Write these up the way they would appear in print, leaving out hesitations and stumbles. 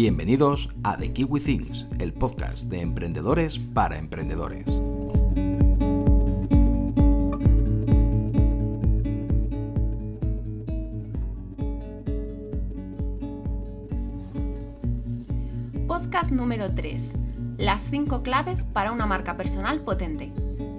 Bienvenidos a The Kiwi Things, el podcast de emprendedores para emprendedores. Podcast número 3. Las 5 claves para una marca personal potente.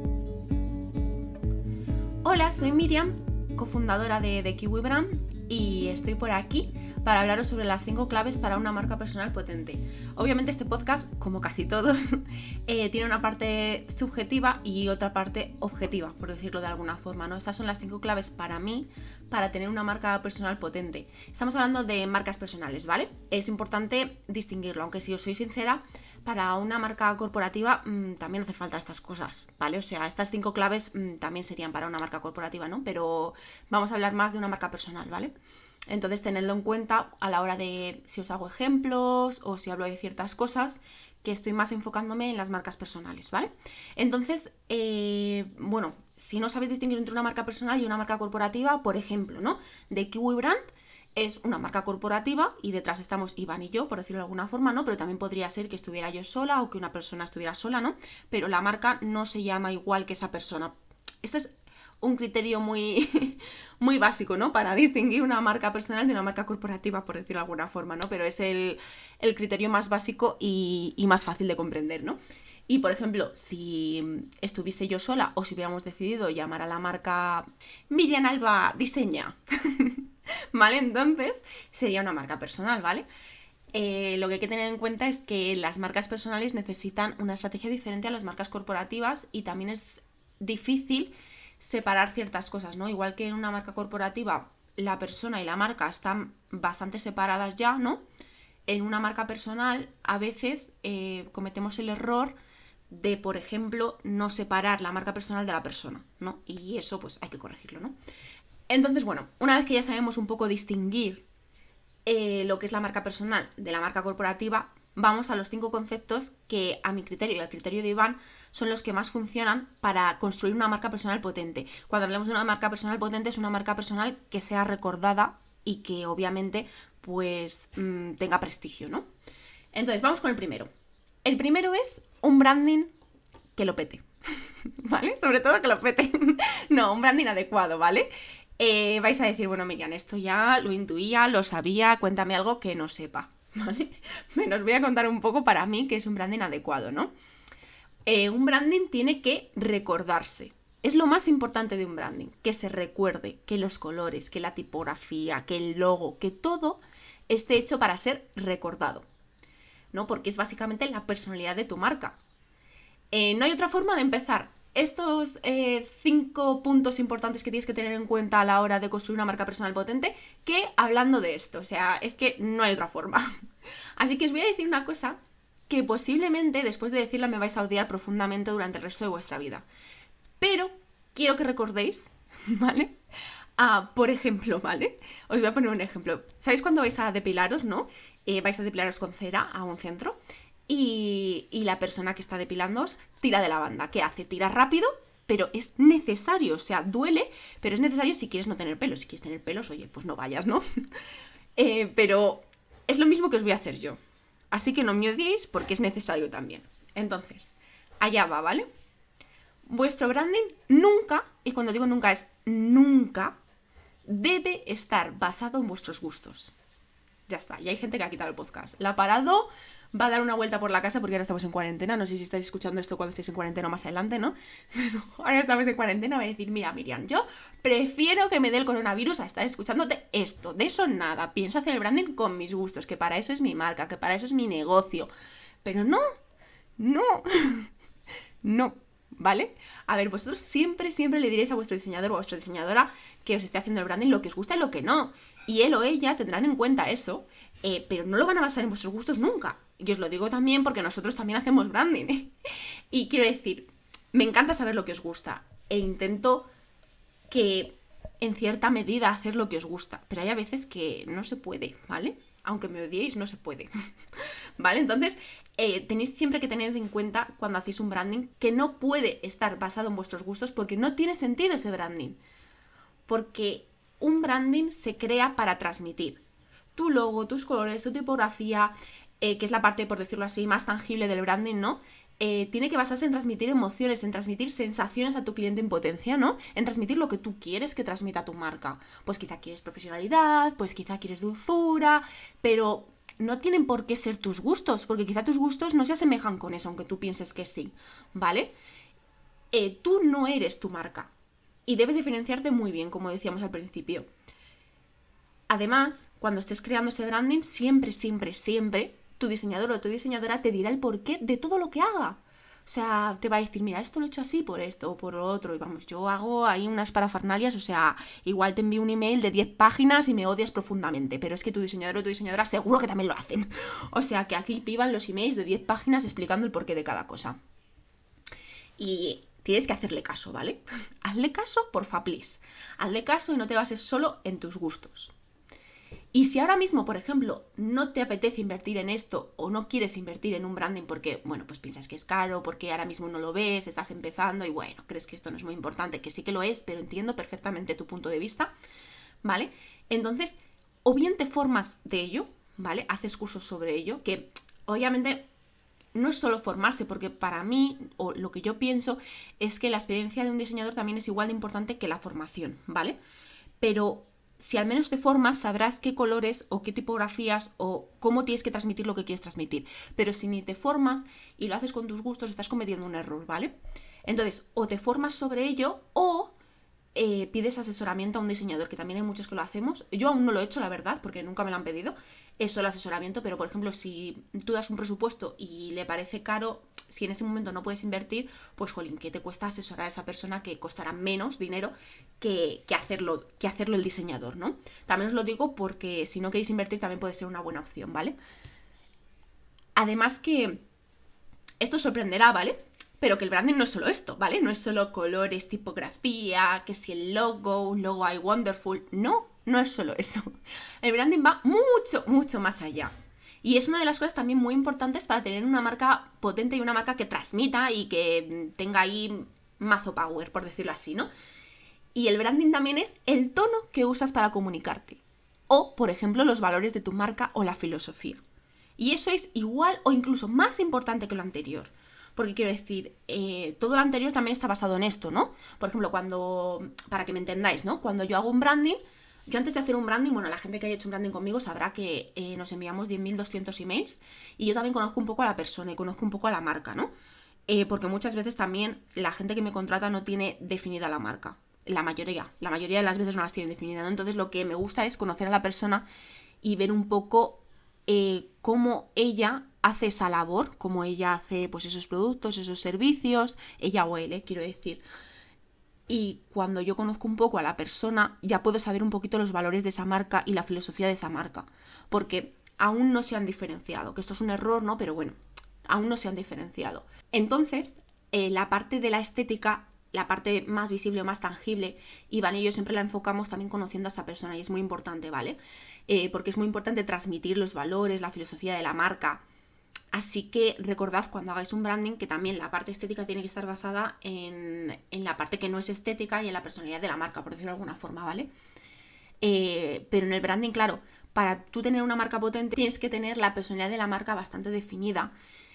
Hola, soy Miriam, cofundadora de The Kiwi Brand, y estoy por aquí para hablaros sobre las 5 claves para una marca personal potente. Obviamente este podcast, como casi todos, tiene una parte subjetiva y otra parte objetiva, por decirlo de alguna forma, ¿no? Estas son las 5 claves para mí, para tener una marca personal potente. Estamos hablando de marcas personales, ¿vale? Es importante distinguirlo, aunque si os soy sincera, para una marca corporativa también hace falta estas cosas, ¿vale? O sea, estas 5 claves también serían para una marca corporativa, ¿no? Pero vamos a hablar más de una marca personal, ¿vale? Entonces, tenedlo en cuenta a la hora de si os hago ejemplos o si hablo de ciertas cosas, que estoy más enfocándome en las marcas personales, ¿vale? Entonces, si no sabéis distinguir entre una marca personal y una marca corporativa, por ejemplo, ¿no? The Kiwi Brand es una marca corporativa y detrás estamos Iván y yo, por decirlo de alguna forma, ¿no? Pero también podría ser que estuviera yo sola o que una persona estuviera sola, ¿no? Pero la marca no se llama igual que esa persona. Esto es un criterio muy, muy básico, ¿no? Para distinguir una marca personal de una marca corporativa, por decirlo de alguna forma, ¿no? Pero es el criterio más básico y más fácil de comprender, ¿no? Y, por ejemplo, si estuviese yo sola o si hubiéramos decidido llamar a la marca Miriam Alba Diseña, ¿vale? Entonces sería una marca personal, ¿vale? Lo que hay que tener en cuenta es que las marcas personales necesitan una estrategia diferente a las marcas corporativas y también es difícil separar ciertas cosas, ¿no? Igual que en una marca corporativa la persona y la marca están bastante separadas ya, ¿no? En una marca personal a veces cometemos el error de, por ejemplo, no separar la marca personal de la persona, ¿no? Y eso pues hay que corregirlo, ¿no? Entonces, bueno, una vez que ya sabemos un poco distinguir lo que es la marca personal de la marca corporativa, vamos a los 5 conceptos que a mi criterio y al criterio de Iván son los que más funcionan para construir una marca personal potente. Cuando hablamos de una marca personal potente es una marca personal que sea recordada y que obviamente pues tenga prestigio, ¿no? Entonces vamos con el primero. El primero es un branding que lo pete, ¿vale? Sobre todo que lo pete. No, un branding adecuado, ¿vale? Vais a decir, bueno, Miriam, esto ya lo intuía, lo sabía, cuéntame algo que no sepa, ¿vale? Bueno, os voy a contar un poco para mí qué es un branding adecuado, ¿no? Un branding tiene que recordarse. Es lo más importante de un branding, que se recuerde, que los colores, que la tipografía, que el logo, que todo esté hecho para ser recordado, ¿no? Porque es básicamente la personalidad de tu marca. No hay otra forma de empezar. Estos 5 puntos importantes que tienes que tener en cuenta a la hora de construir una marca personal potente, que hablando de esto, o sea, es que no hay otra forma. Así que os voy a decir una cosa que posiblemente después de decirla me vais a odiar profundamente durante el resto de vuestra vida. Pero quiero que recordéis, ¿vale? Por ejemplo, ¿vale? Os voy a poner un ejemplo. ¿Sabéis cuando vais a depilaros, no? Vais a depilaros con cera a un centro y la persona que está depilándoos tira de la banda. ¿Qué hace? Tira rápido, pero es necesario. O sea, duele, pero es necesario si quieres no tener pelos. Si quieres tener pelos, oye, pues no vayas, ¿no? Pero es lo mismo que os voy a hacer yo. Así que no me odiéis porque es necesario también. Entonces, allá va, ¿vale? Vuestro branding nunca, y cuando digo nunca es nunca, debe estar basado en vuestros gustos. Ya está, y hay gente que ha quitado el podcast. La ha parado, va a dar una vuelta por la casa porque ahora estamos en cuarentena. No sé si estáis escuchando esto cuando estéis en cuarentena o más adelante, ¿no? Pero ahora estamos en cuarentena, voy a decir, mira, Miriam, yo prefiero que me dé el coronavirus a estar escuchándote esto. De eso nada, pienso hacer el branding con mis gustos, que para eso es mi marca, que para eso es mi negocio. Pero no, no, ¿vale? A ver, vosotros siempre le diréis a vuestro diseñador o a vuestra diseñadora que os esté haciendo el branding lo que os gusta y lo que no. Y él o ella tendrán en cuenta eso, pero no lo van a basar en vuestros gustos nunca. Y os lo digo también porque nosotros también hacemos branding. Y quiero decir, me encanta saber lo que os gusta e intento que en cierta medida hacer lo que os gusta, pero hay a veces que no se puede, ¿vale? Aunque me odiéis, no se puede. ¿Vale? Entonces, tenéis siempre que tener en cuenta cuando hacéis un branding que no puede estar basado en vuestros gustos porque no tiene sentido ese branding. Porque un branding se crea para transmitir tu logo, tus colores, tu tipografía, que es la parte, por decirlo así, más tangible del branding, ¿no? Tiene que basarse en transmitir emociones, en transmitir sensaciones a tu cliente en potencia, ¿no? En transmitir lo que tú quieres que transmita tu marca. Pues quizá quieres profesionalidad, pues quizá quieres dulzura, pero no tienen por qué ser tus gustos, porque quizá tus gustos no se asemejan con eso, aunque tú pienses que sí, ¿vale? Tú no eres tu marca y debes diferenciarte muy bien, como decíamos al principio. Además, cuando estés creando ese branding, siempre tu diseñador o tu diseñadora te dirá el porqué de todo lo que haga. O sea, te va a decir, mira, esto lo he hecho así por esto o por lo otro. Y vamos, yo hago ahí unas parafernalias, o sea, igual te envío un email de 10 páginas y me odias profundamente. Pero es que tu diseñador o tu diseñadora seguro que también lo hacen. O sea, que aquí piban los emails de 10 páginas explicando el porqué de cada cosa. Y tienes que hacerle caso, ¿vale? Hazle caso, porfa, please. Hazle caso y no te bases solo en tus gustos. Y si ahora mismo, por ejemplo, no te apetece invertir en esto o no quieres invertir en un branding porque, bueno, pues piensas que es caro, porque ahora mismo no lo ves, estás empezando y bueno, crees que esto no es muy importante, que sí que lo es, pero entiendo perfectamente tu punto de vista, ¿vale? Entonces, o bien te formas de ello, ¿vale? Haces cursos sobre ello, que obviamente no es solo formarse, porque para mí, o lo que yo pienso, es que la experiencia de un diseñador también es igual de importante que la formación, ¿vale? Pero si al menos te formas, sabrás qué colores o qué tipografías o cómo tienes que transmitir lo que quieres transmitir. Pero si ni te formas y lo haces con tus gustos, estás cometiendo un error, ¿vale? Entonces, o te formas sobre ello o pides asesoramiento a un diseñador, que también hay muchos que lo hacemos. Yo aún no lo he hecho, la verdad, porque nunca me lo han pedido. Es solo asesoramiento, pero por ejemplo, si tú das un presupuesto y le parece caro, si en ese momento no puedes invertir, pues jolín, ¿qué te cuesta asesorar a esa persona que costará menos dinero que hacerlo el diseñador, ¿no? También os lo digo porque si no queréis invertir también puede ser una buena opción, ¿vale? Además que esto sorprenderá, ¿vale? Pero que el branding no es solo esto, ¿vale? No es solo colores, tipografía, que si el logo, un logo I wonderful. No, no es solo eso. El branding va mucho más allá. Y es una de las cosas también muy importantes para tener una marca potente y una marca que transmita y que tenga ahí mazo power, por decirlo así, ¿no? Y el branding también es el tono que usas para comunicarte. O, por ejemplo, los valores de tu marca o la filosofía. Y eso es igual o incluso más importante que lo anterior. Porque quiero decir, todo lo anterior también está basado en esto, ¿no? Por ejemplo, para que me entendáis, ¿no? Cuando yo hago un branding, yo antes de hacer un branding, bueno, la gente que haya hecho un branding conmigo sabrá que nos enviamos 10.200 emails y yo también conozco un poco a la persona y conozco un poco a la marca, ¿no? Porque muchas veces también la gente que me contrata no tiene definida la marca. La mayoría de las veces no las tienen definidas, ¿no? Entonces lo que me gusta es conocer a la persona y ver un poco cómo ella hace esa labor, cómo ella hace pues esos productos, esos servicios, ella o él, quiero decir. Y cuando yo conozco un poco a la persona, ya puedo saber un poquito los valores de esa marca y la filosofía de esa marca. Porque aún no se han diferenciado, que esto es un error, ¿no? Pero bueno, aún no se han diferenciado. Entonces, la parte de la estética, la parte más visible o más tangible, Iván y yo siempre la enfocamos también conociendo a esa persona y es muy importante, ¿vale? Porque es muy importante transmitir los valores, la filosofía de la marca. Así que recordad cuando hagáis un branding que también la parte estética tiene que estar basada en la parte que no es estética y en la personalidad de la marca, por decirlo de alguna forma, ¿vale? Pero en el branding, claro, para tú tener una marca potente tienes que tener la personalidad de la marca bastante definida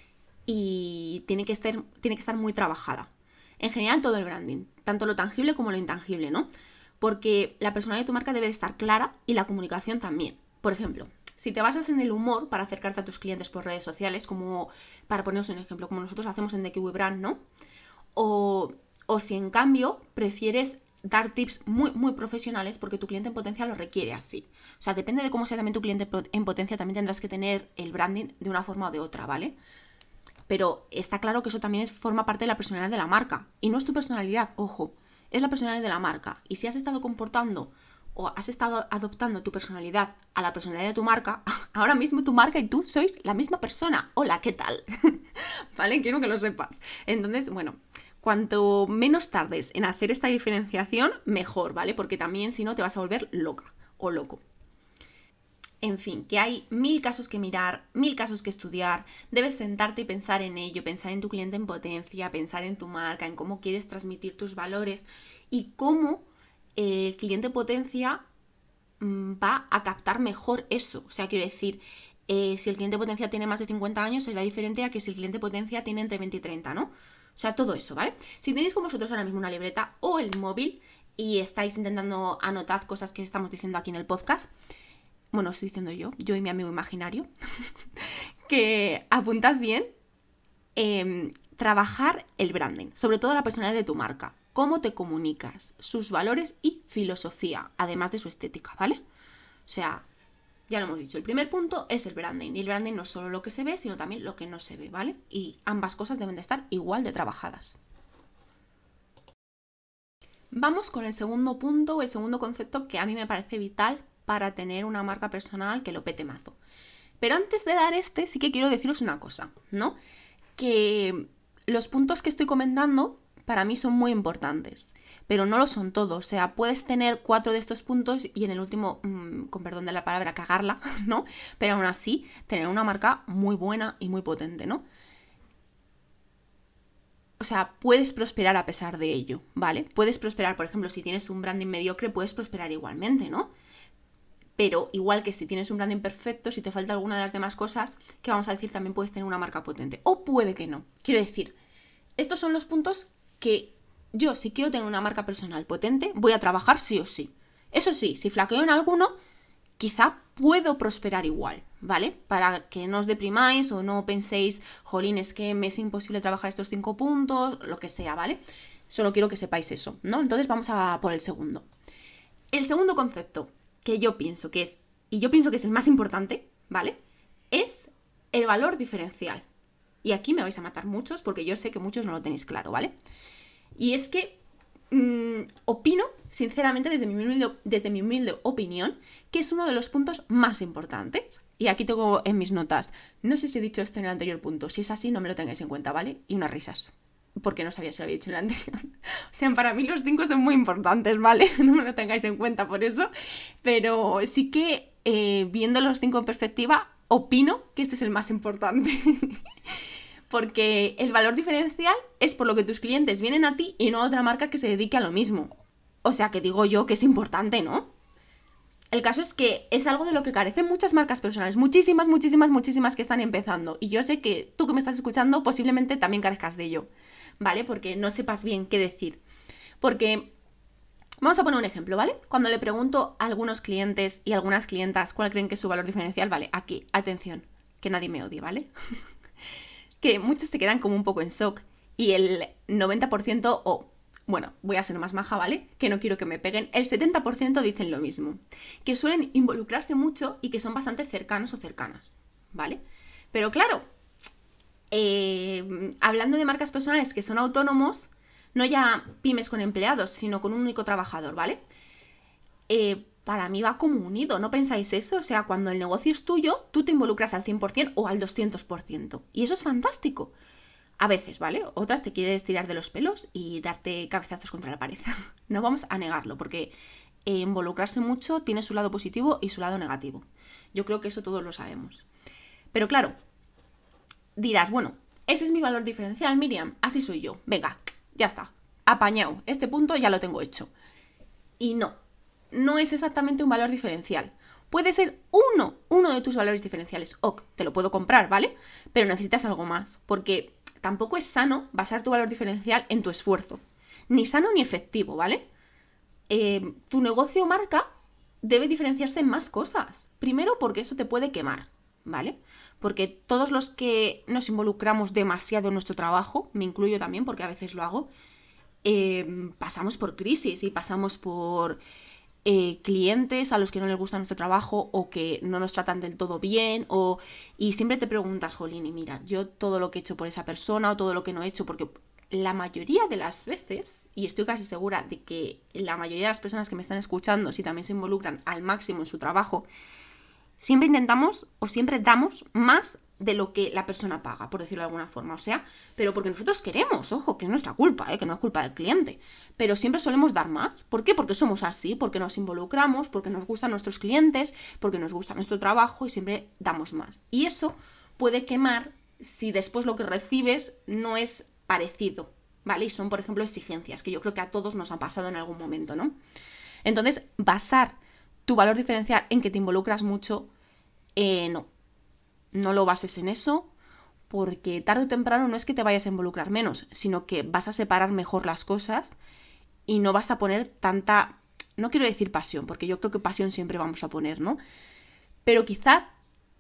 y tiene que estar muy trabajada. En general todo el branding, tanto lo tangible como lo intangible, ¿no? Porque la personalidad de tu marca debe de estar clara y la comunicación también. Por ejemplo, si te basas en el humor para acercarte a tus clientes por redes sociales, como para poneros un ejemplo, como nosotros hacemos en The Kiwi Brand, ¿no? O si en cambio prefieres dar tips muy profesionales porque tu cliente en potencia lo requiere así. O sea, depende de cómo sea también tu cliente en potencia, también tendrás que tener el branding de una forma o de otra, ¿vale? Pero está claro que eso también forma parte de la personalidad de la marca. Y no es tu personalidad, ojo, es la personalidad de la marca. Y si has estado comportando o has estado adoptando tu personalidad a la personalidad de tu marca, ahora mismo tu marca y tú sois la misma persona. Hola, ¿qué tal? ¿Vale? Quiero que lo sepas. Entonces, bueno, cuanto menos tardes en hacer esta diferenciación, mejor, ¿vale? Porque también si no te vas a volver loca o loco. En fin, que hay 1000 casos que mirar, 1000 casos que estudiar, debes sentarte y pensar en ello, pensar en tu cliente en potencia, pensar en tu marca, en cómo quieres transmitir tus valores y cómo el cliente potencia va a captar mejor eso. O sea, quiero decir, si el cliente potencial tiene más de 50 años, será diferente a que si el cliente potencial tiene entre 20 y 30, ¿no? O sea, todo eso, ¿vale? Si tenéis con vosotros ahora mismo una libreta o el móvil y estáis intentando anotar cosas que estamos diciendo aquí en el podcast, bueno, estoy diciendo yo y mi amigo imaginario, que apuntad bien, trabajar el branding, sobre todo la personalidad de tu marca, cómo te comunicas, sus valores y filosofía, además de su estética, ¿vale? O sea, ya lo hemos dicho, el primer punto es el branding, y el branding no es solo lo que se ve, sino también lo que no se ve, ¿vale? Y ambas cosas deben de estar igual de trabajadas. Vamos con el segundo punto, el segundo concepto que a mí me parece vital para tener una marca personal que lo pete mazo. Pero antes de dar sí que quiero deciros una cosa, ¿no? Que los puntos que estoy comentando para mí son muy importantes, pero no lo son todos. O sea, puedes tener 4 de estos puntos y en el último, con perdón de la palabra, cagarla, ¿no? Pero aún así, tener una marca muy buena y muy potente, ¿no? O sea, puedes prosperar a pesar de ello, ¿vale? Puedes prosperar, por ejemplo, si tienes un branding mediocre, puedes prosperar igualmente, ¿no? Pero igual que si tienes un branding perfecto, si te falta alguna de las demás cosas, que vamos a decir, también puedes tener una marca potente. O puede que no. Quiero decir, estos son los puntos que yo, si quiero tener una marca personal potente, voy a trabajar sí o sí. Eso sí, si flaqueo en alguno, quizá puedo prosperar igual, ¿vale? Para que no os deprimáis o no penséis, jolín, es que me es imposible trabajar estos 5 puntos, lo que sea, ¿vale? Solo quiero que sepáis eso, ¿no? Entonces vamos a por el segundo. El segundo concepto que yo pienso que es, y yo pienso que es el más importante, ¿vale? Es el valor diferencial. Y aquí me vais a matar muchos porque yo sé que muchos no lo tenéis claro, ¿vale? Y es que opino, sinceramente, desde mi humilde opinión, que es uno de los puntos más importantes. Y aquí tengo en mis notas, no sé si he dicho esto en el anterior punto, si es así no me lo tengáis en cuenta, ¿vale? Y unas risas, porque no sabía si lo había dicho en el anterior. O sea, para mí los 5 son muy importantes, ¿vale? No me lo tengáis en cuenta por eso, pero sí que viendo los 5 en perspectiva, opino que este es el más importante. Porque el valor diferencial es por lo que tus clientes vienen a ti y no a otra marca que se dedique a lo mismo. O sea, que digo yo que es importante, ¿no? El caso es que es algo de lo que carecen muchas marcas personales, muchísimas que están empezando. Y yo sé que tú que me estás escuchando posiblemente también carezcas de ello, ¿vale? Porque no sepas bien qué decir. Porque, vamos a poner un ejemplo, ¿vale? Cuando le pregunto a algunos clientes y a algunas clientas cuál creen que es su valor diferencial, vale, aquí, atención, que nadie me odie, ¿vale? Que muchos se quedan como un poco en shock y el 90% bueno, voy a ser más maja, ¿vale? Que no quiero que me peguen, el 70% dicen lo mismo, que suelen involucrarse mucho y que son bastante cercanos o cercanas, ¿vale? Pero claro, hablando de marcas personales que son autónomos, no ya pymes con empleados, sino con un único trabajador, ¿vale? Para mí va como unido, ¿no pensáis eso? O sea, cuando el negocio es tuyo, tú te involucras al 100% o al 200%. Y eso es fantástico. A veces, ¿vale? Otras te quieres tirar de los pelos y darte cabezazos contra la pared. No vamos a negarlo, porque involucrarse mucho tiene su lado positivo y su lado negativo. Yo creo que eso todos lo sabemos. Pero claro, dirás, bueno, ese es mi valor diferencial, Miriam, así soy yo. Venga, ya está, apañado, este punto ya lo tengo hecho. Y no es exactamente un valor diferencial. Puede ser uno de tus valores diferenciales. Ok, te lo puedo comprar, ¿vale? Pero necesitas algo más, porque tampoco es sano basar tu valor diferencial en tu esfuerzo. Ni sano ni efectivo, ¿vale? Tu negocio o marca debe diferenciarse en más cosas. Primero, porque eso te puede quemar, ¿vale? Porque todos los que nos involucramos demasiado en nuestro trabajo, me incluyo también porque a veces lo hago, pasamos por crisis y pasamos por clientes a los que no les gusta nuestro trabajo o que no nos tratan del todo bien y siempre te preguntas, jolín, y mira, yo todo lo que he hecho por esa persona o todo lo que no he hecho, porque la mayoría de las veces, y estoy casi segura de que la mayoría de las personas que me están escuchando, si también se involucran al máximo en su trabajo, siempre intentamos o siempre damos más de lo que la persona paga, por decirlo de alguna forma, o sea, pero porque nosotros queremos, ojo, que es nuestra culpa, que no es culpa del cliente, pero siempre solemos dar más. ¿Por qué? Porque somos así, porque nos involucramos, porque nos gustan nuestros clientes, porque nos gusta nuestro trabajo y siempre damos más. Y eso puede quemar si después lo que recibes no es parecido, ¿vale? Y son, por ejemplo, exigencias, que yo creo que a todos nos han pasado en algún momento, ¿no? Entonces, basar tu valor diferencial en que te involucras mucho, no. no lo bases en eso, porque tarde o temprano no es que te vayas a involucrar menos, sino que vas a separar mejor las cosas y no vas a poner tanta, no quiero decir pasión, porque yo creo que pasión siempre vamos a poner, ¿no? Pero quizá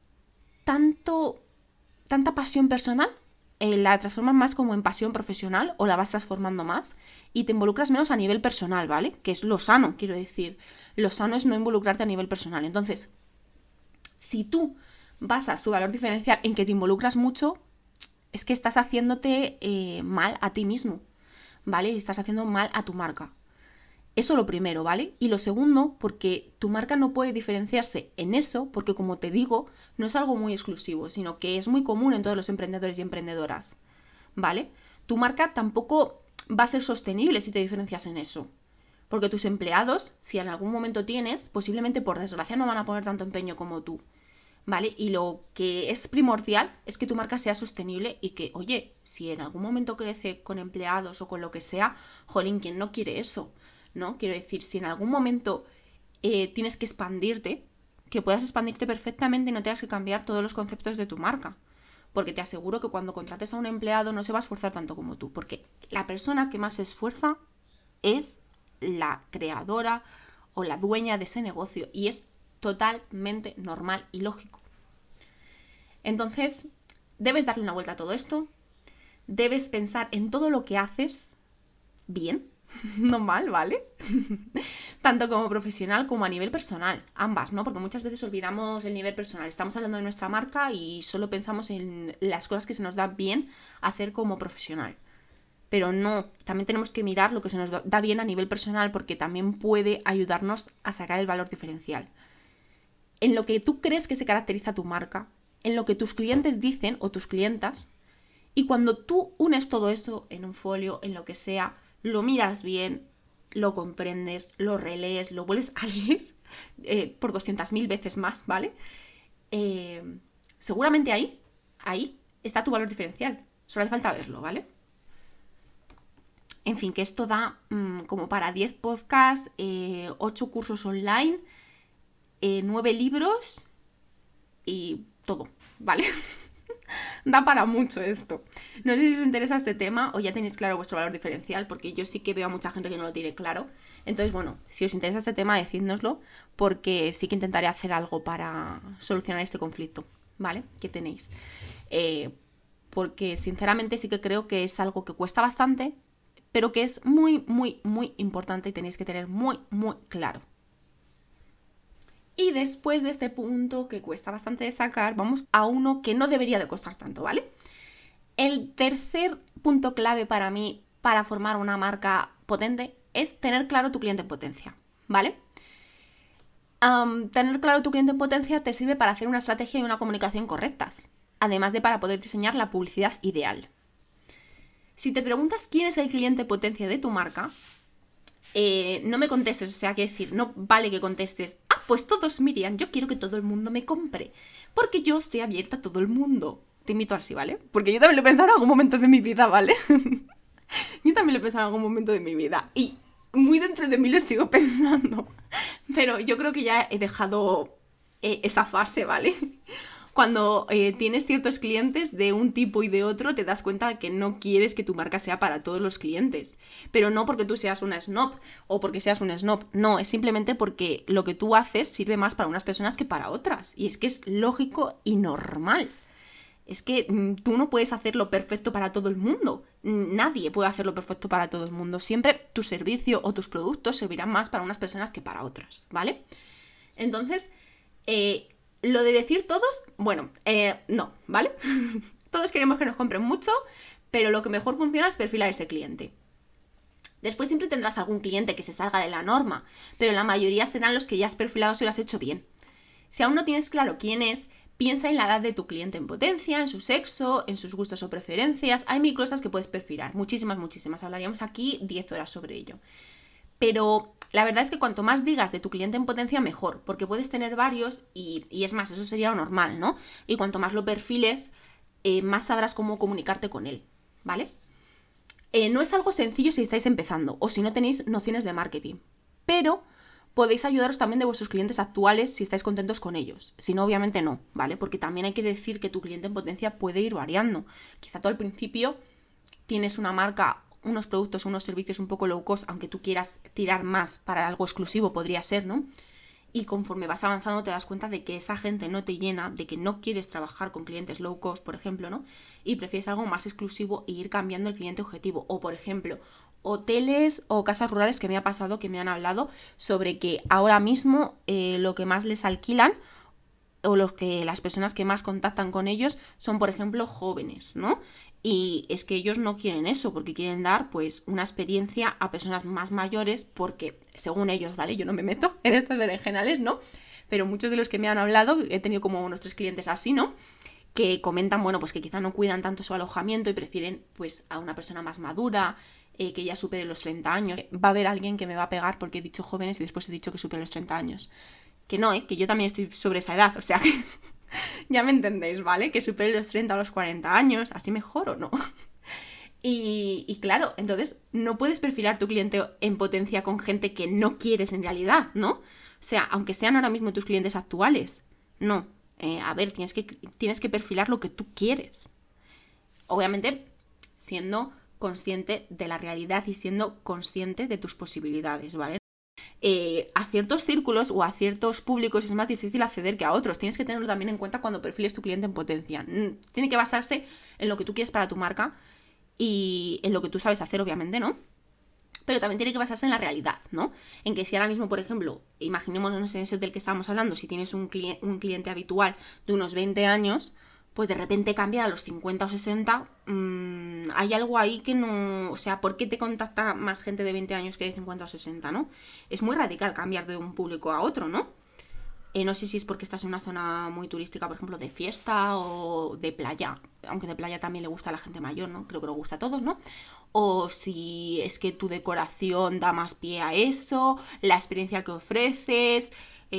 tanta pasión personal la transformas más como en pasión profesional o la vas transformando más y te involucras menos a nivel personal, ¿vale? Que es lo sano, quiero decir. Lo sano es no involucrarte a nivel personal. Entonces, si tú basas tu valor diferencial en que te involucras mucho, es que estás haciéndote mal a ti mismo, ¿vale? Estás haciendo mal a tu marca. Eso lo primero, ¿vale? Y lo segundo, porque tu marca no puede diferenciarse en eso, porque como te digo, no es algo muy exclusivo, sino que es muy común en todos los emprendedores y emprendedoras, ¿vale? Tu marca tampoco va a ser sostenible si te diferencias en eso. Porque tus empleados, si en algún momento tienes, posiblemente por desgracia no van a poner tanto empeño como tú, ¿vale? Y lo que es primordial es que tu marca sea sostenible y que, oye, si en algún momento crece con empleados o con lo que sea, jolín, ¿quién no quiere eso? ¿No? Quiero decir, si en algún momento tienes que expandirte, que puedas expandirte perfectamente y no tengas que cambiar todos los conceptos de tu marca. Porque te aseguro que cuando contrates a un empleado no se va a esforzar tanto como tú. Porque la persona que más se esfuerza es la creadora o la dueña de ese negocio. Y es totalmente normal y lógico. Entonces, debes darle una vuelta a todo esto. Debes pensar en todo lo que haces bien. No mal, ¿vale? Tanto como profesional como a nivel personal, ambas, ¿no? Porque muchas veces olvidamos el nivel personal. Estamos hablando de nuestra marca y solo pensamos en las cosas que se nos da bien hacer como profesional. Pero no, también tenemos que mirar lo que se nos da bien a nivel personal porque también puede ayudarnos a sacar el valor diferencial. En lo que tú crees que se caracteriza tu marca, en lo que tus clientes dicen o tus clientas, y cuando tú unes todo esto en un folio, en lo que sea, lo miras bien, lo comprendes, lo relees, lo vuelves a leer por 200.000 veces más, ¿vale? Seguramente ahí está tu valor diferencial. Solo hace falta verlo, ¿vale? En fin, que esto da como para 10 podcasts, 8 cursos online, 9 libros y todo, ¿vale? Da para mucho esto. No sé si os interesa este tema o ya tenéis claro vuestro valor diferencial, porque yo sí que veo a mucha gente que no lo tiene claro. Entonces, bueno, si os interesa este tema, decídnoslo, porque sí que intentaré hacer algo para solucionar este conflicto, ¿vale? Que tenéis. Porque sinceramente sí que creo que es algo que cuesta bastante, pero que es muy, muy, muy importante y tenéis que tener muy, muy claro. Y después de este punto que cuesta bastante de sacar, vamos a uno que no debería de costar tanto, ¿vale? El tercer punto clave para mí para formar una marca potente es tener claro tu cliente en potencia, ¿vale? Tener claro tu cliente en potencia te sirve para hacer una estrategia y una comunicación correctas, además de para poder diseñar la publicidad ideal. Si te preguntas quién es el cliente en potencia de tu marca, no me contestes, o sea, que decir, no vale que contestes, pues todos, Miriam, yo quiero que todo el mundo me compre, porque yo estoy abierta a todo el mundo. Te invito así, ¿vale? Porque yo también lo he pensado en algún momento de mi vida, ¿vale? Yo también lo he pensado en algún momento de mi vida y muy dentro de mí lo sigo pensando, pero yo creo que ya he dejado esa fase, ¿vale? Cuando tienes ciertos clientes de un tipo y de otro, te das cuenta de que no quieres que tu marca sea para todos los clientes. Pero no porque tú seas una snob o porque seas un snob. No, es simplemente porque lo que tú haces sirve más para unas personas que para otras. Y es que es lógico y normal. Es que tú no puedes hacerlo perfecto para todo el mundo. Nadie puede hacerlo perfecto para todo el mundo. Siempre tu servicio o tus productos servirán más para unas personas que para otras, ¿vale? Entonces, lo de decir todos, bueno, no, ¿vale? Todos queremos que nos compren mucho, pero lo que mejor funciona es perfilar a ese cliente. Después siempre tendrás algún cliente que se salga de la norma, pero la mayoría serán los que ya has perfilado si lo has hecho bien. Si aún no tienes claro quién es, piensa en la edad de tu cliente en potencia, en su sexo, en sus gustos o preferencias. Hay mil cosas que puedes perfilar, muchísimas. Hablaríamos aquí 10 horas sobre ello. Pero la verdad es que cuanto más digas de tu cliente en potencia, mejor, porque puedes tener varios y es más, eso sería lo normal, ¿no? Y cuanto más lo perfiles, más sabrás cómo comunicarte con él, ¿vale? No es algo sencillo si estáis empezando o si no tenéis nociones de marketing, pero podéis ayudaros también de vuestros clientes actuales si estáis contentos con ellos. Si no, obviamente no, ¿vale? Porque también hay que decir que tu cliente en potencia puede ir variando. Quizá tú al principio tienes una marca, unos productos, unos servicios un poco low cost, aunque tú quieras tirar más para algo exclusivo, podría ser, ¿no? Y conforme vas avanzando te das cuenta de que esa gente no te llena, de que no quieres trabajar con clientes low cost, por ejemplo, ¿no? Y prefieres algo más exclusivo e ir cambiando el cliente objetivo. O, por ejemplo, hoteles o casas rurales que me ha pasado, que me han hablado sobre que ahora mismo lo que más les alquilan o las personas que más contactan con ellos son, por ejemplo, jóvenes, ¿no? Y es que ellos no quieren eso, porque quieren dar, pues, una experiencia a personas más mayores, porque, según ellos, ¿vale? Yo no me meto en estos berenjenales, ¿no? Pero muchos de los que me han hablado, he tenido como unos 3 clientes así, ¿no? Que comentan, bueno, pues que quizá no cuidan tanto su alojamiento y prefieren, pues, a una persona más madura, que ya supere los 30 años. Va a haber alguien que me va a pegar porque he dicho jóvenes y después he dicho que supere los 30 años. Que no, que yo también estoy sobre esa edad, o sea que ya me entendéis, ¿vale? Que supere los 30 o los 40 años, así mejor o no. Y claro, entonces no puedes perfilar tu cliente en potencia con gente que no quieres en realidad, ¿no? O sea, aunque sean ahora mismo tus clientes actuales, no. A ver, tienes que perfilar lo que tú quieres. Obviamente, siendo consciente de la realidad y siendo consciente de tus posibilidades, ¿vale? A ciertos círculos o a ciertos públicos es más difícil acceder que a otros. Tienes que tenerlo también en cuenta cuando perfiles tu cliente en potencia. Tiene que basarse en lo que tú quieres para tu marca y en lo que tú sabes hacer, obviamente, ¿no? Pero también tiene que basarse en la realidad, ¿no? En que si ahora mismo, por ejemplo, imaginémonos en ese hotel que estábamos hablando, si tienes un cliente habitual de unos 20 años, pues de repente cambiar a los 50 o 60, hay algo ahí que no... O sea, ¿por qué te contacta más gente de 20 años que de 50 o 60, no? Es muy radical cambiar de un público a otro, ¿no? No sé si es porque estás en una zona muy turística, por ejemplo, de fiesta o de playa, aunque de playa también le gusta a la gente mayor, ¿no? Creo que nos gusta a todos, ¿no? O si es que tu decoración da más pie a eso, la experiencia que ofreces...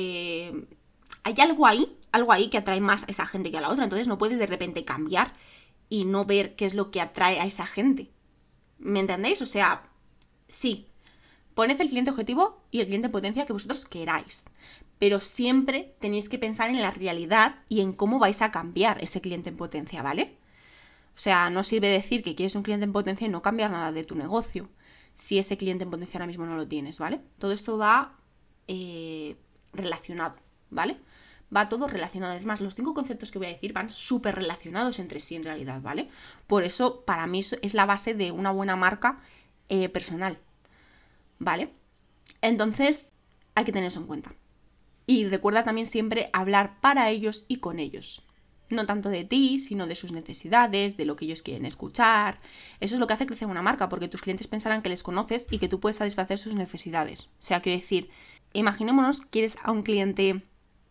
hay algo ahí que atrae más a esa gente que a la otra. Entonces no puedes de repente cambiar y no ver qué es lo que atrae a esa gente. ¿Me entendéis? O sea, sí, poned el cliente objetivo y el cliente en potencia que vosotros queráis. Pero siempre tenéis que pensar en la realidad y en cómo vais a cambiar ese cliente en potencia, ¿vale? O sea, no sirve decir que quieres un cliente en potencia y no cambiar nada de tu negocio si ese cliente en potencia ahora mismo no lo tienes, ¿vale? Todo esto va relacionado, ¿vale? Va todo relacionado. Es más, los 5 conceptos que voy a decir van súper relacionados entre sí en realidad, ¿vale? Por eso, para mí, es la base de una buena marca personal, ¿vale? Entonces, hay que tener eso en cuenta. Y recuerda también siempre hablar para ellos y con ellos. No tanto de ti, sino de sus necesidades, de lo que ellos quieren escuchar. Eso es lo que hace crecer una marca, porque tus clientes pensarán que les conoces y que tú puedes satisfacer sus necesidades. O sea, quiero decir, imaginémonos que quieres a un cliente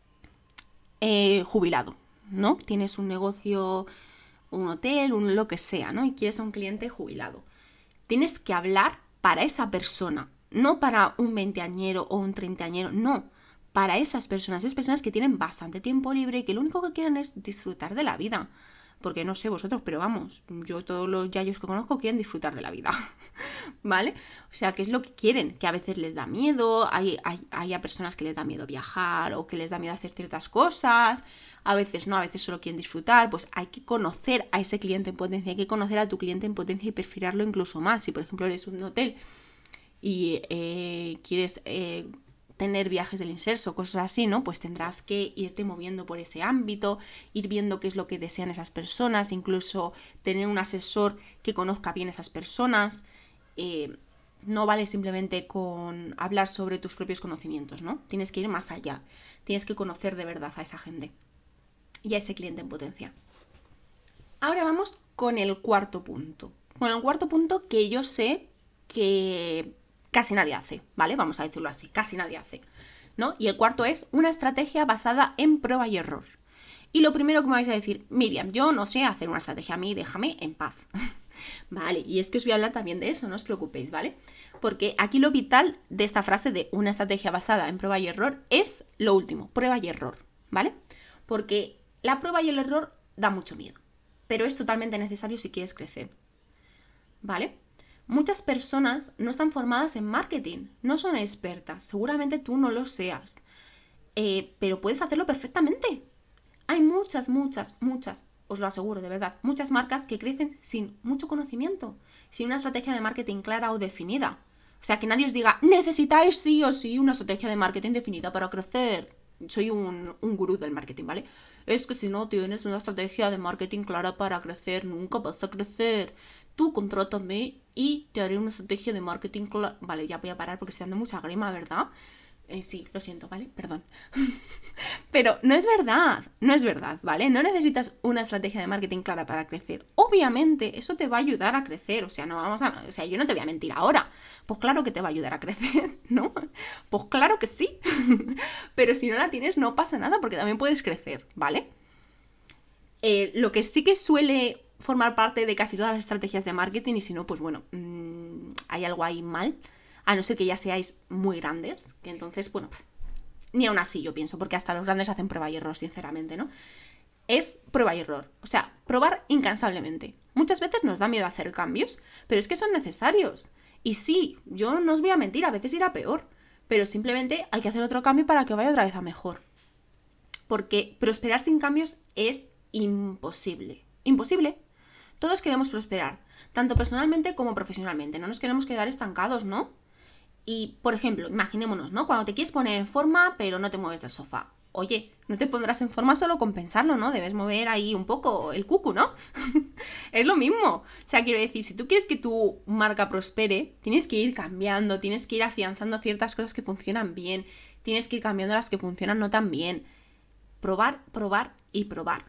jubilado, ¿no? Tienes un negocio, un hotel, lo que sea, ¿no? Y quieres a un cliente jubilado. Tienes que hablar para esa persona, no para un 20añero o un 30añero, no. Para esas personas que tienen bastante tiempo libre y que lo único que quieren es disfrutar de la vida. Porque no sé vosotros, pero vamos, yo todos los yayos que conozco quieren disfrutar de la vida, ¿vale? O sea, ¿qué es lo que quieren? Que a veces les da miedo, hay a personas que les da miedo viajar o que les da miedo hacer ciertas cosas, a veces no, a veces solo quieren disfrutar. Pues hay que conocer a ese cliente en potencia, hay que conocer a tu cliente en potencia y perfilarlo incluso más. Si por ejemplo eres un hotel y quieres... tener viajes del inserso, cosas así, ¿no? Pues tendrás que irte moviendo por ese ámbito, ir viendo qué es lo que desean esas personas, incluso tener un asesor que conozca bien esas personas. No vale simplemente con hablar sobre tus propios conocimientos, ¿no? Tienes que ir más allá, tienes que conocer de verdad a esa gente y a ese cliente en potencia. Ahora vamos con el cuarto punto. Con el cuarto punto que yo sé que casi nadie hace, ¿vale? Vamos a decirlo así, casi nadie hace, ¿no? Y el cuarto es una estrategia basada en prueba y error. Y lo primero que me vais a decir, Miriam, yo no sé hacer una estrategia, a mí déjame en paz. Vale, y es que os voy a hablar también de eso, no os preocupéis, ¿vale? Porque aquí lo vital de esta frase de una estrategia basada en prueba y error es lo último, prueba y error, ¿vale? Porque la prueba y el error da mucho miedo, pero es totalmente necesario si quieres crecer, ¿vale? Muchas personas no están formadas en marketing, no son expertas, seguramente tú no lo seas, pero puedes hacerlo perfectamente. Hay muchas, os lo aseguro de verdad, muchas marcas que crecen sin mucho conocimiento, sin una estrategia de marketing clara o definida. O sea, que nadie os diga, necesitáis sí o sí una estrategia de marketing definida para crecer. Soy un gurú del marketing, ¿vale? Es que si no tienes una estrategia de marketing clara para crecer, nunca vas a crecer. Tú contrátame y te haré una estrategia de marketing clara. Vale, ya voy a parar porque estoy dando mucha grima, ¿verdad? Sí, lo siento, ¿vale? Perdón. Pero no es verdad, ¿vale? No necesitas una estrategia de marketing clara para crecer. Obviamente, eso te va a ayudar a crecer, o sea, yo no te voy a mentir ahora. Pues claro que te va a ayudar a crecer, ¿no? Pues claro que sí. Pero si no la tienes, no pasa nada, porque también puedes crecer, ¿vale? Lo que sí que suele formar parte de casi todas las estrategias de marketing, y si no, pues bueno, hay algo ahí mal, a no ser que ya seáis muy grandes, que entonces, bueno, ni aún así yo pienso, porque hasta los grandes hacen prueba y error, sinceramente, ¿no? Es prueba y error, o sea, probar incansablemente. Muchas veces nos da miedo hacer cambios, pero es que son necesarios. Y sí, yo no os voy a mentir, a veces irá peor, pero simplemente hay que hacer otro cambio para que vaya otra vez a mejor. Porque prosperar sin cambios es imposible. Imposible. Todos queremos prosperar, tanto personalmente como profesionalmente. No nos queremos quedar estancados, ¿no? Y, por ejemplo, imaginémonos, ¿no? Cuando te quieres poner en forma, pero no te mueves del sofá. Oye, no te pondrás en forma solo con pensarlo, ¿no? Debes mover ahí un poco el cucu, ¿no? Es lo mismo. O sea, quiero decir, si tú quieres que tu marca prospere, tienes que ir cambiando, tienes que ir afianzando ciertas cosas que funcionan bien, tienes que ir cambiando las que funcionan no tan bien. Probar, probar y probar.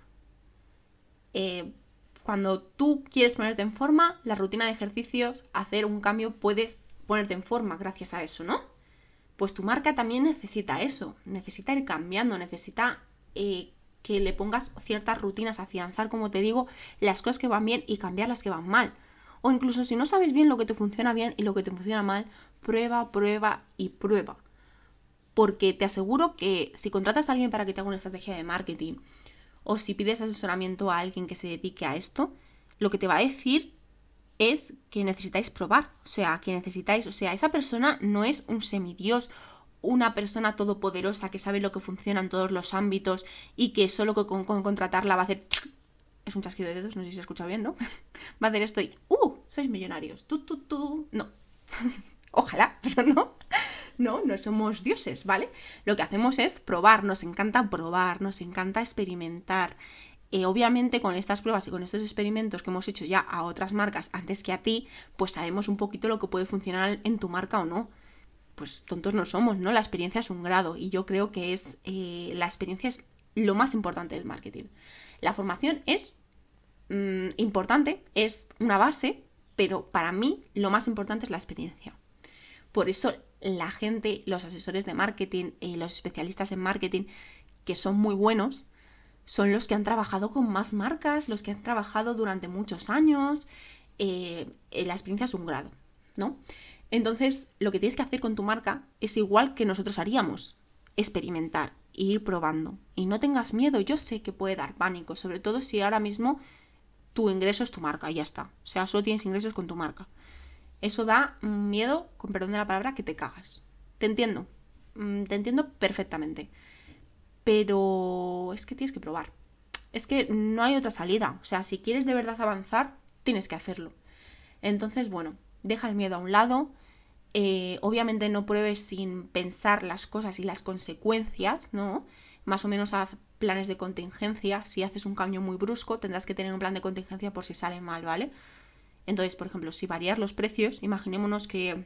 Cuando tú quieres ponerte en forma, la rutina de ejercicios, hacer un cambio, puedes ponerte en forma gracias a eso, ¿no? Pues tu marca también necesita eso, necesita ir cambiando, necesita que le pongas ciertas rutinas, afianzar, como te digo, las cosas que van bien y cambiar las que van mal. O incluso si no sabes bien lo que te funciona bien y lo que te funciona mal, prueba, prueba y prueba. Porque te aseguro que si contratas a alguien para que te haga una estrategia de marketing o si pides asesoramiento a alguien que se dedique a esto, lo que te va a decir es que necesitáis probar, esa persona no es un semidios, una persona todopoderosa que sabe lo que funciona en todos los ámbitos y que solo con contratarla va a hacer... Es un chasquido de dedos, no sé si se escucha bien, ¿no? Va a hacer esto y... sois millonarios, no. Ojalá, pero no. No somos dioses, ¿vale? Lo que hacemos es probar, nos encanta probar, nos encanta experimentar. Obviamente con estas pruebas y con estos experimentos que hemos hecho ya a otras marcas antes que a ti, pues sabemos un poquito lo que puede funcionar en tu marca o no. Pues tontos no somos, ¿no? La experiencia es un grado y yo creo que la experiencia es lo más importante del marketing. La formación es importante, es una base, pero para mí lo más importante es la experiencia. Por eso la gente, los asesores de marketing, los especialistas en marketing, que son muy buenos, son los que han trabajado con más marcas, los que han trabajado durante muchos años. La experiencia es un grado, ¿no? Entonces, lo que tienes que hacer con tu marca es igual que nosotros haríamos, experimentar, ir probando. Y no tengas miedo, yo sé que puede dar pánico, sobre todo si ahora mismo tu ingreso es tu marca y ya está. O sea, solo tienes ingresos con tu marca. Eso da miedo, con perdón de la palabra, que te cagas. Te entiendo perfectamente. Pero es que tienes que probar. Es que no hay otra salida. O sea, si quieres de verdad avanzar, tienes que hacerlo. Entonces, bueno, deja el miedo a un lado. Obviamente no pruebes sin pensar las cosas y las consecuencias, ¿no? Más o menos haz planes de contingencia. Si haces un cambio muy brusco, tendrás que tener un plan de contingencia por si sale mal, ¿vale? Entonces, por ejemplo, si varías los precios, imaginémonos que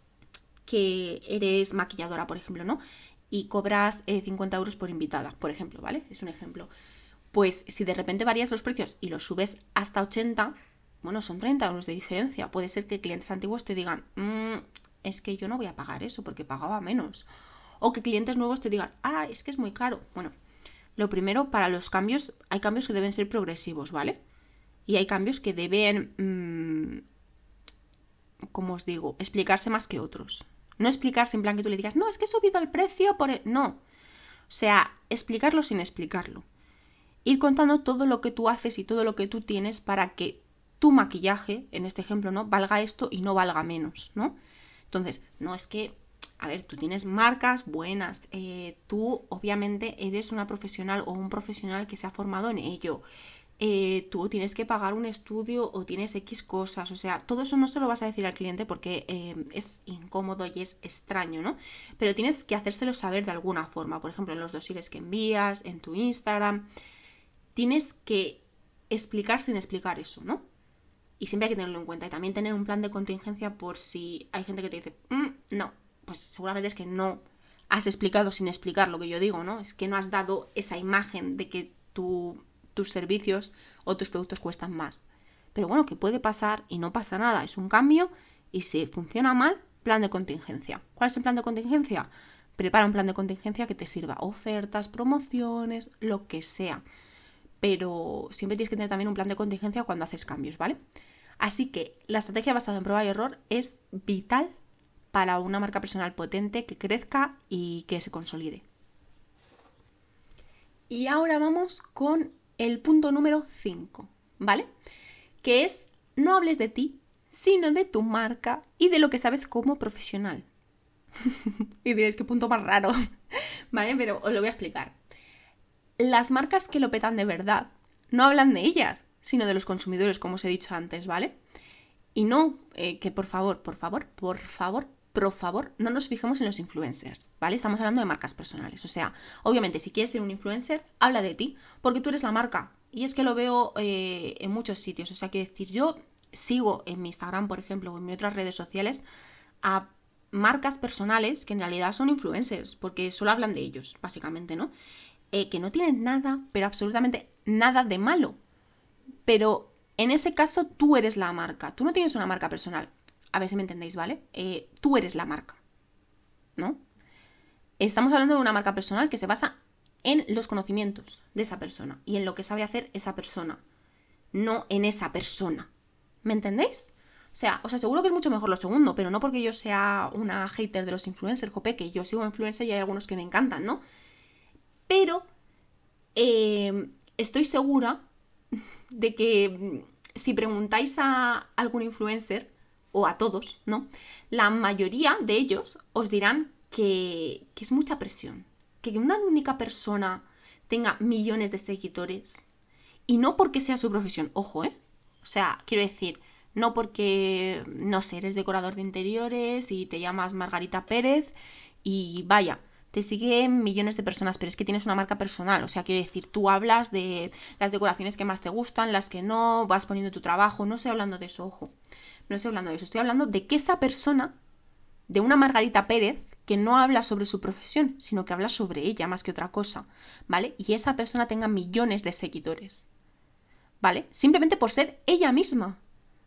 eres maquilladora, por ejemplo, ¿no? Y cobras 50 euros por invitada, por ejemplo, ¿vale? Es un ejemplo. Pues si de repente varías los precios y los subes hasta 80, bueno, son 30 euros de diferencia. Puede ser que clientes antiguos te digan, es que yo no voy a pagar eso porque pagaba menos. O que clientes nuevos te digan, es que es muy caro. Bueno, lo primero, para los cambios, hay cambios que deben ser progresivos, ¿vale? Y hay cambios que deben, ¿cómo os digo?, explicarse más que otros. No explicarse en plan que tú le digas, no, es que he subido el precio por... No. O sea, explicarlo sin explicarlo. Ir contando todo lo que tú haces y todo lo que tú tienes para que tu maquillaje, en este ejemplo, ¿no? Valga esto y no valga menos, ¿no? Entonces, no es que, a ver, tú tienes marcas buenas, tú obviamente eres una profesional o un profesional que se ha formado en ello, tú tienes que pagar un estudio o tienes X cosas, o sea, todo eso no se lo vas a decir al cliente porque es incómodo y es extraño, ¿no? Pero tienes que hacérselo saber de alguna forma, por ejemplo, en los dosieres que envías, en tu Instagram, tienes que explicar sin explicar eso, ¿no? Y siempre hay que tenerlo en cuenta y también tener un plan de contingencia por si hay gente que te dice, no, pues seguramente es que no has explicado sin explicar lo que yo digo, ¿no? Es que no has dado esa imagen de que tus servicios o tus productos cuestan más. Pero bueno, que puede pasar y no pasa nada, es un cambio y si funciona mal, plan de contingencia. ¿Cuál es el plan de contingencia? Prepara un plan de contingencia que te sirva, ofertas, promociones, lo que sea. Pero siempre tienes que tener también un plan de contingencia cuando haces cambios, ¿vale? Así que la estrategia basada en prueba y error es vital para una marca personal potente que crezca y que se consolide. Y ahora vamos con el punto número 5, ¿vale? Que es no hables de ti, sino de tu marca y de lo que sabes como profesional. Y diréis, qué punto más raro, ¿vale? Pero os lo voy a explicar. Las marcas que lo petan de verdad no hablan de ellas, sino de los consumidores, como os he dicho antes, ¿vale? Y no, que por favor, no nos fijemos en los influencers, ¿vale? Estamos hablando de marcas personales. O sea, obviamente, si quieres ser un influencer, habla de ti, porque tú eres la marca. Y es que lo veo en muchos sitios. O sea, quiero decir, yo sigo en mi Instagram, por ejemplo, o en mis otras redes sociales, a marcas personales que en realidad son influencers, porque solo hablan de ellos, básicamente, ¿no? Que no tienen nada, pero absolutamente nada de malo. Pero en ese caso tú eres la marca. Tú no tienes una marca personal. A ver si me entendéis, ¿vale? Tú eres la marca, ¿no? Estamos hablando de una marca personal que se basa en los conocimientos de esa persona y en lo que sabe hacer esa persona, no en esa persona. ¿Me entendéis? O sea, os aseguro que es mucho mejor lo segundo, pero no porque yo sea una hater de los influencers, jope, que yo sigo influencers y hay algunos que me encantan, ¿no? Pero estoy segura de que si preguntáis a algún influencer, o a todos, ¿no? La mayoría de ellos os dirán que es mucha presión. Que una única persona tenga millones de seguidores, y no porque sea su profesión, ojo, O sea, quiero decir, no porque, no sé, eres decorador de interiores y te llamas Margarita Pérez y vaya, te siguen millones de personas, pero es que tienes una marca personal. O sea, quiero decir, tú hablas de las decoraciones que más te gustan, las que no, vas poniendo tu trabajo. No estoy hablando de eso, ojo. No estoy hablando de eso. Estoy hablando de que esa persona, de una Margarita Pérez, que no habla sobre su profesión, sino que habla sobre ella más que otra cosa, ¿vale? Y esa persona tenga millones de seguidores, ¿vale? Simplemente por ser ella misma.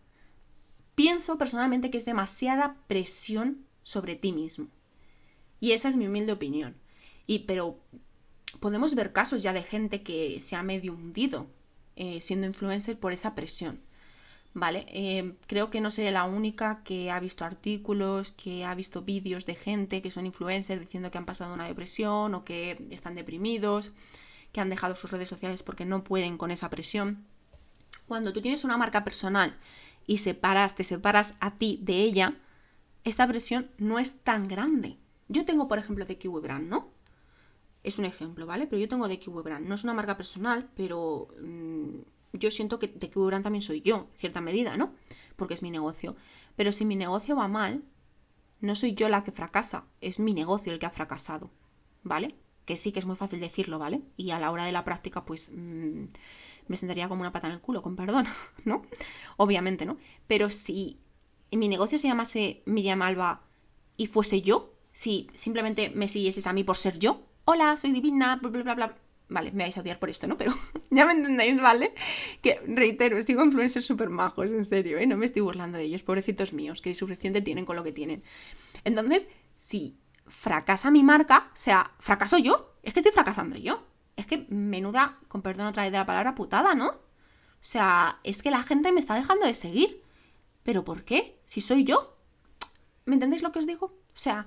Pienso personalmente que es demasiada presión sobre ti mismo. Y esa es mi humilde opinión. Pero podemos ver casos ya de gente que se ha medio hundido siendo influencer por esa presión, ¿vale? Creo que no seré la única que ha visto artículos, que ha visto vídeos de gente que son influencers diciendo que han pasado una depresión o que están deprimidos, que han dejado sus redes sociales porque no pueden con esa presión. Cuando tú tienes una marca personal y te separas a ti de ella, esta presión no es tan grande. Yo tengo, por ejemplo, The Kiwi Brand, ¿no? Es un ejemplo, ¿vale? Pero yo tengo The Kiwi Brand. No es una marca personal, pero yo siento que The Kiwi Brand también soy yo, en cierta medida, ¿no? Porque es mi negocio. Pero si mi negocio va mal, no soy yo la que fracasa, es mi negocio el que ha fracasado, ¿vale? Que sí que es muy fácil decirlo, ¿vale? Y a la hora de la práctica, pues me sentaría como una pata en el culo, con perdón, ¿no? Obviamente, ¿no? Pero si mi negocio se llamase Miriam Alba y fuese yo, si simplemente me siguieses a mí por ser yo, hola, soy divina, bla, bla, bla, bla. Vale, me vais a odiar por esto, ¿no? Pero ya me entendéis, ¿vale? Que, reitero, sigo influencers súper majos, en serio, ¿eh? No me estoy burlando de ellos, pobrecitos míos, que suficiente tienen con lo que tienen. Entonces, si fracasa mi marca, o sea, fracaso yo, es que estoy fracasando yo. Es que menuda, con perdón otra vez de la palabra, putada, ¿no? O sea, es que la gente me está dejando de seguir. ¿Pero por qué? Si soy yo. ¿Me entendéis lo que os digo? O sea,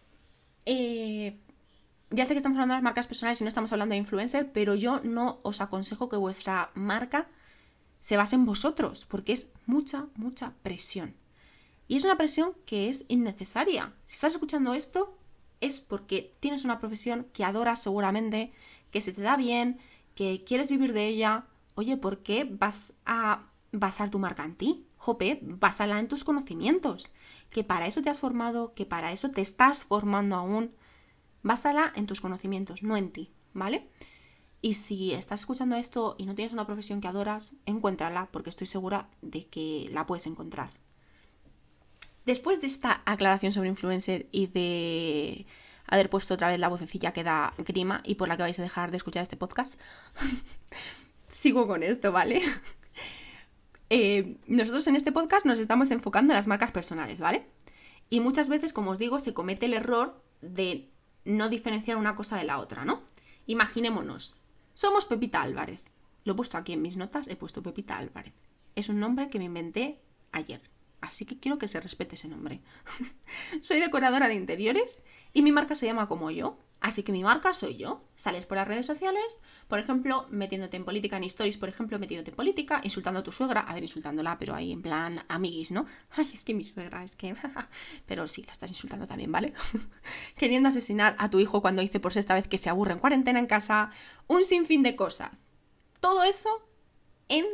ya sé que estamos hablando de las marcas personales y no estamos hablando de influencer, pero yo no os aconsejo que vuestra marca se basa en vosotros, porque es mucha presión. Y es una presión que es innecesaria. Si estás escuchando esto, es porque tienes una profesión que adoras seguramente, que se te da bien, que quieres vivir de ella. Oye, ¿por qué vas a basar tu marca en ti? Jope, básala en tus conocimientos, que para eso te has formado, que para eso te estás formando aún. Básala en tus conocimientos, no en ti, ¿vale? Y si estás escuchando esto y no tienes una profesión que adoras, encuéntrala, porque estoy segura de que la puedes encontrar. Después de esta aclaración sobre influencer y de haber puesto otra vez la vocecilla que da grima y por la que vais a dejar de escuchar este podcast, sigo con esto, ¿vale? Nosotros en este podcast nos estamos enfocando en las marcas personales, ¿vale? Y muchas veces, como os digo, se comete el error de no diferenciar una cosa de la otra, ¿no? Imaginémonos, somos Pepita Álvarez. Lo he puesto aquí en mis notas, he puesto Pepita Álvarez. Es un nombre que me inventé ayer. Así que quiero que se respete ese nombre. Soy decoradora de interiores y mi marca se llama como yo. Así que mi marca soy yo. Sales por las redes sociales, por ejemplo, metiéndote en política, en stories, por ejemplo, metiéndote en política, insultando a tu suegra. A ver, insultándola, pero ahí en plan amiguis, ¿no? Ay, es que mi suegra, es que... Pero sí, la estás insultando también, ¿vale? Queriendo asesinar a tu hijo cuando dice por sexta vez que se aburre en cuarentena en casa. Un sinfín de cosas. Todo eso en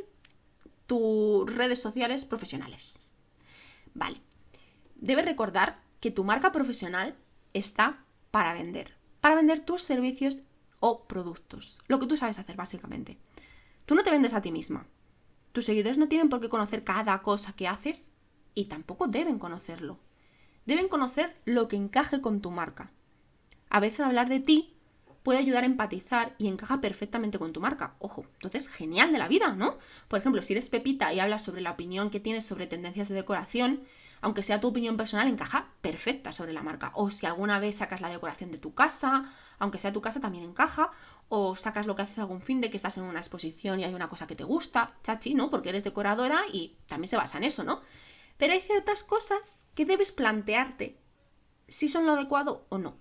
tus redes sociales profesionales. Vale, debes recordar que tu marca profesional está para vender tus servicios o productos, lo que tú sabes hacer básicamente. Tú no te vendes a ti misma, tus seguidores no tienen por qué conocer cada cosa que haces y tampoco deben conocerlo. Deben conocer lo que encaje con tu marca. A veces hablar de ti puede ayudar a empatizar y encaja perfectamente con tu marca. Ojo, entonces genial de la vida, ¿no? Por ejemplo, si eres Pepita y hablas sobre la opinión que tienes sobre tendencias de decoración, aunque sea tu opinión personal, encaja perfecta sobre la marca. O si alguna vez sacas la decoración de tu casa, aunque sea tu casa, también encaja. O sacas lo que haces algún fin de que estás en una exposición y hay una cosa que te gusta, chachi, ¿no? Porque eres decoradora y también se basa en eso, ¿no? Pero hay ciertas cosas que debes plantearte si son lo adecuado o no.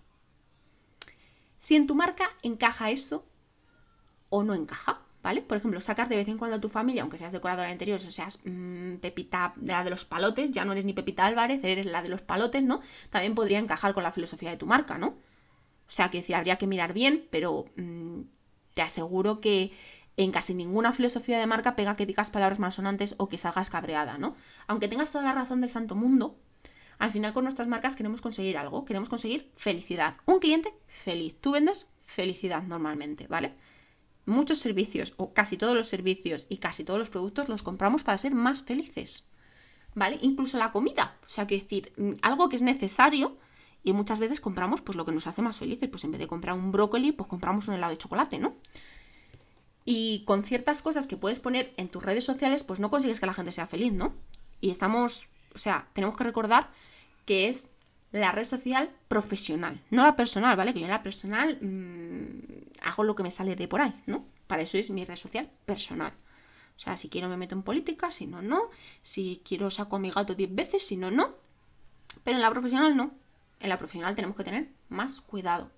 Si en tu marca encaja eso o no encaja, ¿vale? Por ejemplo, sacar de vez en cuando a tu familia, aunque seas decoradora de interiores o seas Pepita, la de los palotes, ya no eres ni Pepita Álvarez, eres la de los palotes, ¿no? También podría encajar con la filosofía de tu marca, ¿no? O sea, que decir, habría que mirar bien, pero te aseguro que en casi ninguna filosofía de marca pega que digas palabras malsonantes o que salgas cabreada, ¿no? Aunque tengas toda la razón del santo mundo, al final con nuestras marcas queremos conseguir algo, queremos conseguir felicidad. Un cliente feliz. Tú vendes felicidad normalmente, ¿vale? Muchos servicios, o casi todos los servicios y casi todos los productos los compramos para ser más felices, ¿vale? Incluso la comida. O sea, que decir, algo que es necesario y muchas veces compramos pues lo que nos hace más felices. Pues en vez de comprar un brócoli, pues compramos un helado de chocolate, ¿no? Y con ciertas cosas que puedes poner en tus redes sociales, pues no consigues que la gente sea feliz, ¿no? Y estamos... O sea, tenemos que recordar que es la red social profesional, no la personal, ¿vale? Que yo en la personal hago lo que me sale de por ahí, ¿no? Para eso es mi red social personal. O sea, si quiero me meto en política, si no, no. Si quiero saco a mi gato 10 veces, si no, no. Pero en la profesional no. En la profesional tenemos que tener más cuidado.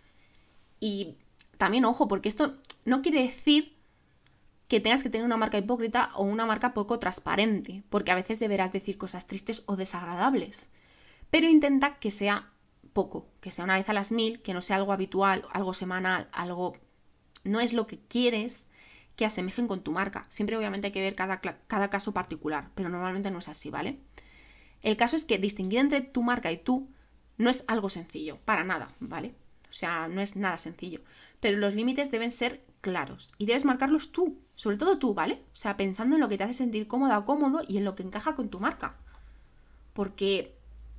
Y también, ojo, porque esto no quiere decir que tengas que tener una marca hipócrita o una marca poco transparente, porque a veces deberás decir cosas tristes o desagradables. Pero intenta que sea poco, que sea una vez a las 1000, que no sea algo habitual, algo semanal, algo... No es lo que quieres que asemejen con tu marca. Siempre obviamente hay que ver cada caso particular, pero normalmente no es así, ¿vale? El caso es que distinguir entre tu marca y tú no es algo sencillo, para nada, ¿vale? O sea, no es nada sencillo. Pero los límites deben ser claros y debes marcarlos tú, sobre todo tú, ¿vale? O sea, pensando en lo que te hace sentir cómoda o cómodo y en lo que encaja con tu marca. Porque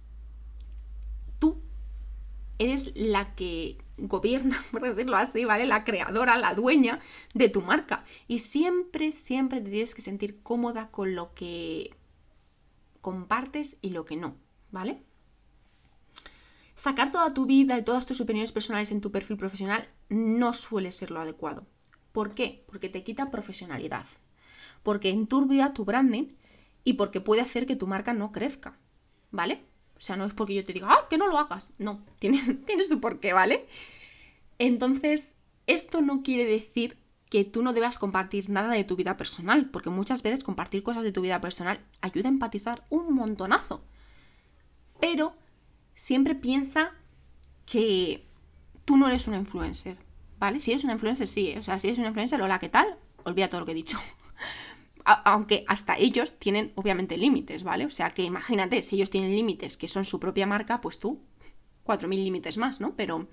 tú eres la que gobierna, por decirlo así, ¿vale? La creadora, la dueña de tu marca. Y siempre, siempre te tienes que sentir cómoda con lo que compartes y lo que no, ¿vale? Sacar toda tu vida y todas tus opiniones personales en tu perfil profesional no suele ser lo adecuado. ¿Por qué? Porque te quita profesionalidad. Porque enturbia tu branding y porque puede hacer que tu marca no crezca, ¿vale? O sea, no es porque yo te diga, ¡ah, que no lo hagas! No, tienes su porqué, ¿vale? Entonces, esto no quiere decir que tú no debas compartir nada de tu vida personal, porque muchas veces compartir cosas de tu vida personal ayuda a empatizar un montonazo. Pero siempre piensa que tú no eres una influencer, ¿vale? Si eres una influencer, sí, o sea, si eres una influencer, hola, ¿qué tal? Olvida todo lo que he dicho. Aunque hasta ellos tienen, obviamente, límites, ¿vale? O sea, que imagínate, si ellos tienen límites que son su propia marca, pues tú, 4.000 límites más, ¿no? Pero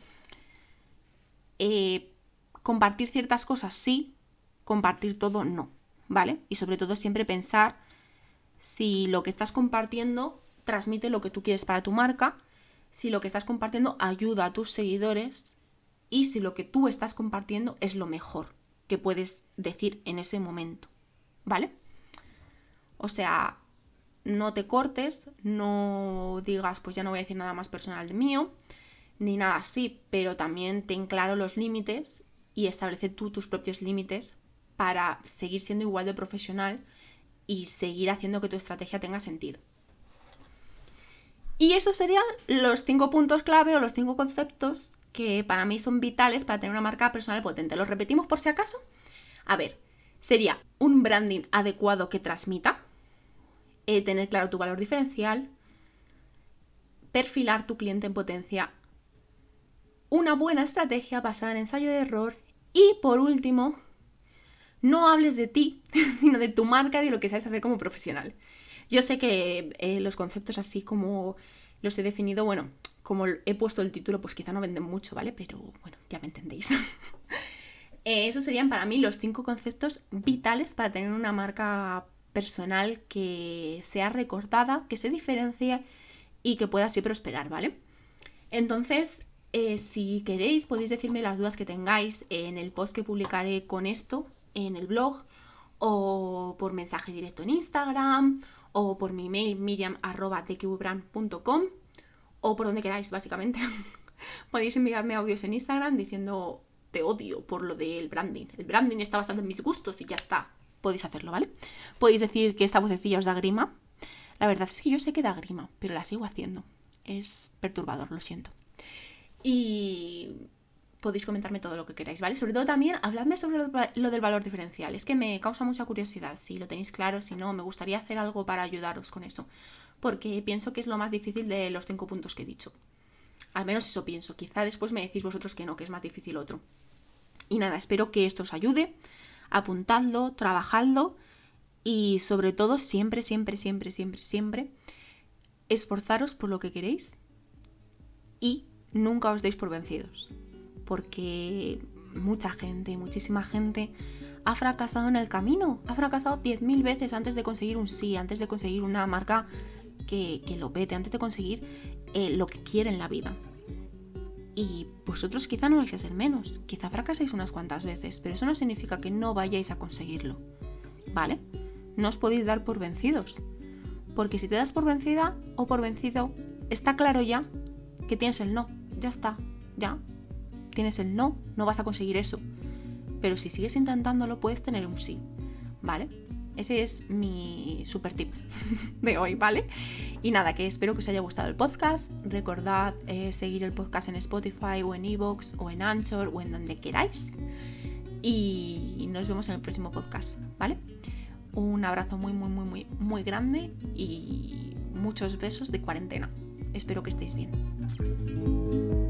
compartir ciertas cosas sí, compartir todo no, ¿vale? Y sobre todo siempre pensar si lo que estás compartiendo transmite lo que tú quieres para tu marca, si lo que estás compartiendo ayuda a tus seguidores y si lo que tú estás compartiendo es lo mejor que puedes decir en ese momento, ¿vale? O sea, no te cortes, no digas pues ya no voy a decir nada más personal de mío, ni nada así, pero también ten claro los límites y establece tú tus propios límites para seguir siendo igual de profesional y seguir haciendo que tu estrategia tenga sentido. Y esos serían los 5 puntos clave o los 5 conceptos que para mí son vitales para tener una marca personal potente. ¿Los repetimos por si acaso? A ver, sería un branding adecuado que transmita, tener claro tu valor diferencial, perfilar tu cliente en potencia, una buena estrategia basada en ensayo de error y, por último, no hables de ti, sino de tu marca y de lo que sabes hacer como profesional. Yo sé que los conceptos así como los he definido, bueno, como he puesto el título, pues quizá no venden mucho, ¿vale? Pero bueno, ya me entendéis. Esos serían para mí los 5 conceptos vitales para tener una marca personal que sea recordada, que se diferencie y que pueda así prosperar, ¿vale? Entonces, si queréis, podéis decirme las dudas que tengáis en el post que publicaré con esto en el blog, o por mensaje directo en Instagram, o por mi email miriam@thekiwibrand.com, o por donde queráis, básicamente. Podéis enviarme audios en Instagram diciendo te odio por lo del branding. El branding está bastante en mis gustos y ya está. Podéis hacerlo, ¿vale? Podéis decir que esta vocecilla os da grima. La verdad es que yo sé que da grima, pero la sigo haciendo. Es perturbador, lo siento. Y podéis comentarme todo lo que queráis, ¿vale? Sobre todo también, habladme sobre lo del valor diferencial. Es que me causa mucha curiosidad. Si lo tenéis claro, si no, me gustaría hacer algo para ayudaros con eso. Porque pienso que es lo más difícil de los 5 puntos que he dicho. Al menos eso pienso. Quizá después me decís vosotros que no, que es más difícil otro. Y nada, espero que esto os ayude. Apuntadlo, trabajadlo y sobre todo siempre, siempre, siempre, siempre, siempre esforzaros por lo que queréis y nunca os deis por vencidos. Porque mucha gente, muchísima gente ha fracasado en el camino. Ha fracasado 10.000 veces antes de conseguir un sí, antes de conseguir una marca que lo pete, antes de conseguir lo que quiere en la vida. Y vosotros quizá no vais a ser menos, quizá fracaséis unas cuantas veces, pero eso no significa que no vayáis a conseguirlo, ¿vale? No os podéis dar por vencidos, porque si te das por vencida o por vencido, está claro ya que tienes el no, ya está, ya. Tienes el no, no vas a conseguir eso. Pero si sigues intentándolo, puedes tener un sí, ¿vale? Ese es mi super tip de hoy, ¿vale? Y nada, que espero que os haya gustado el podcast. Recordad seguir el podcast en Spotify o en iVoox o en Anchor o en donde queráis. Y nos vemos en el próximo podcast, ¿vale? Un abrazo muy, muy, muy, muy, muy grande y muchos besos de cuarentena. Espero que estéis bien.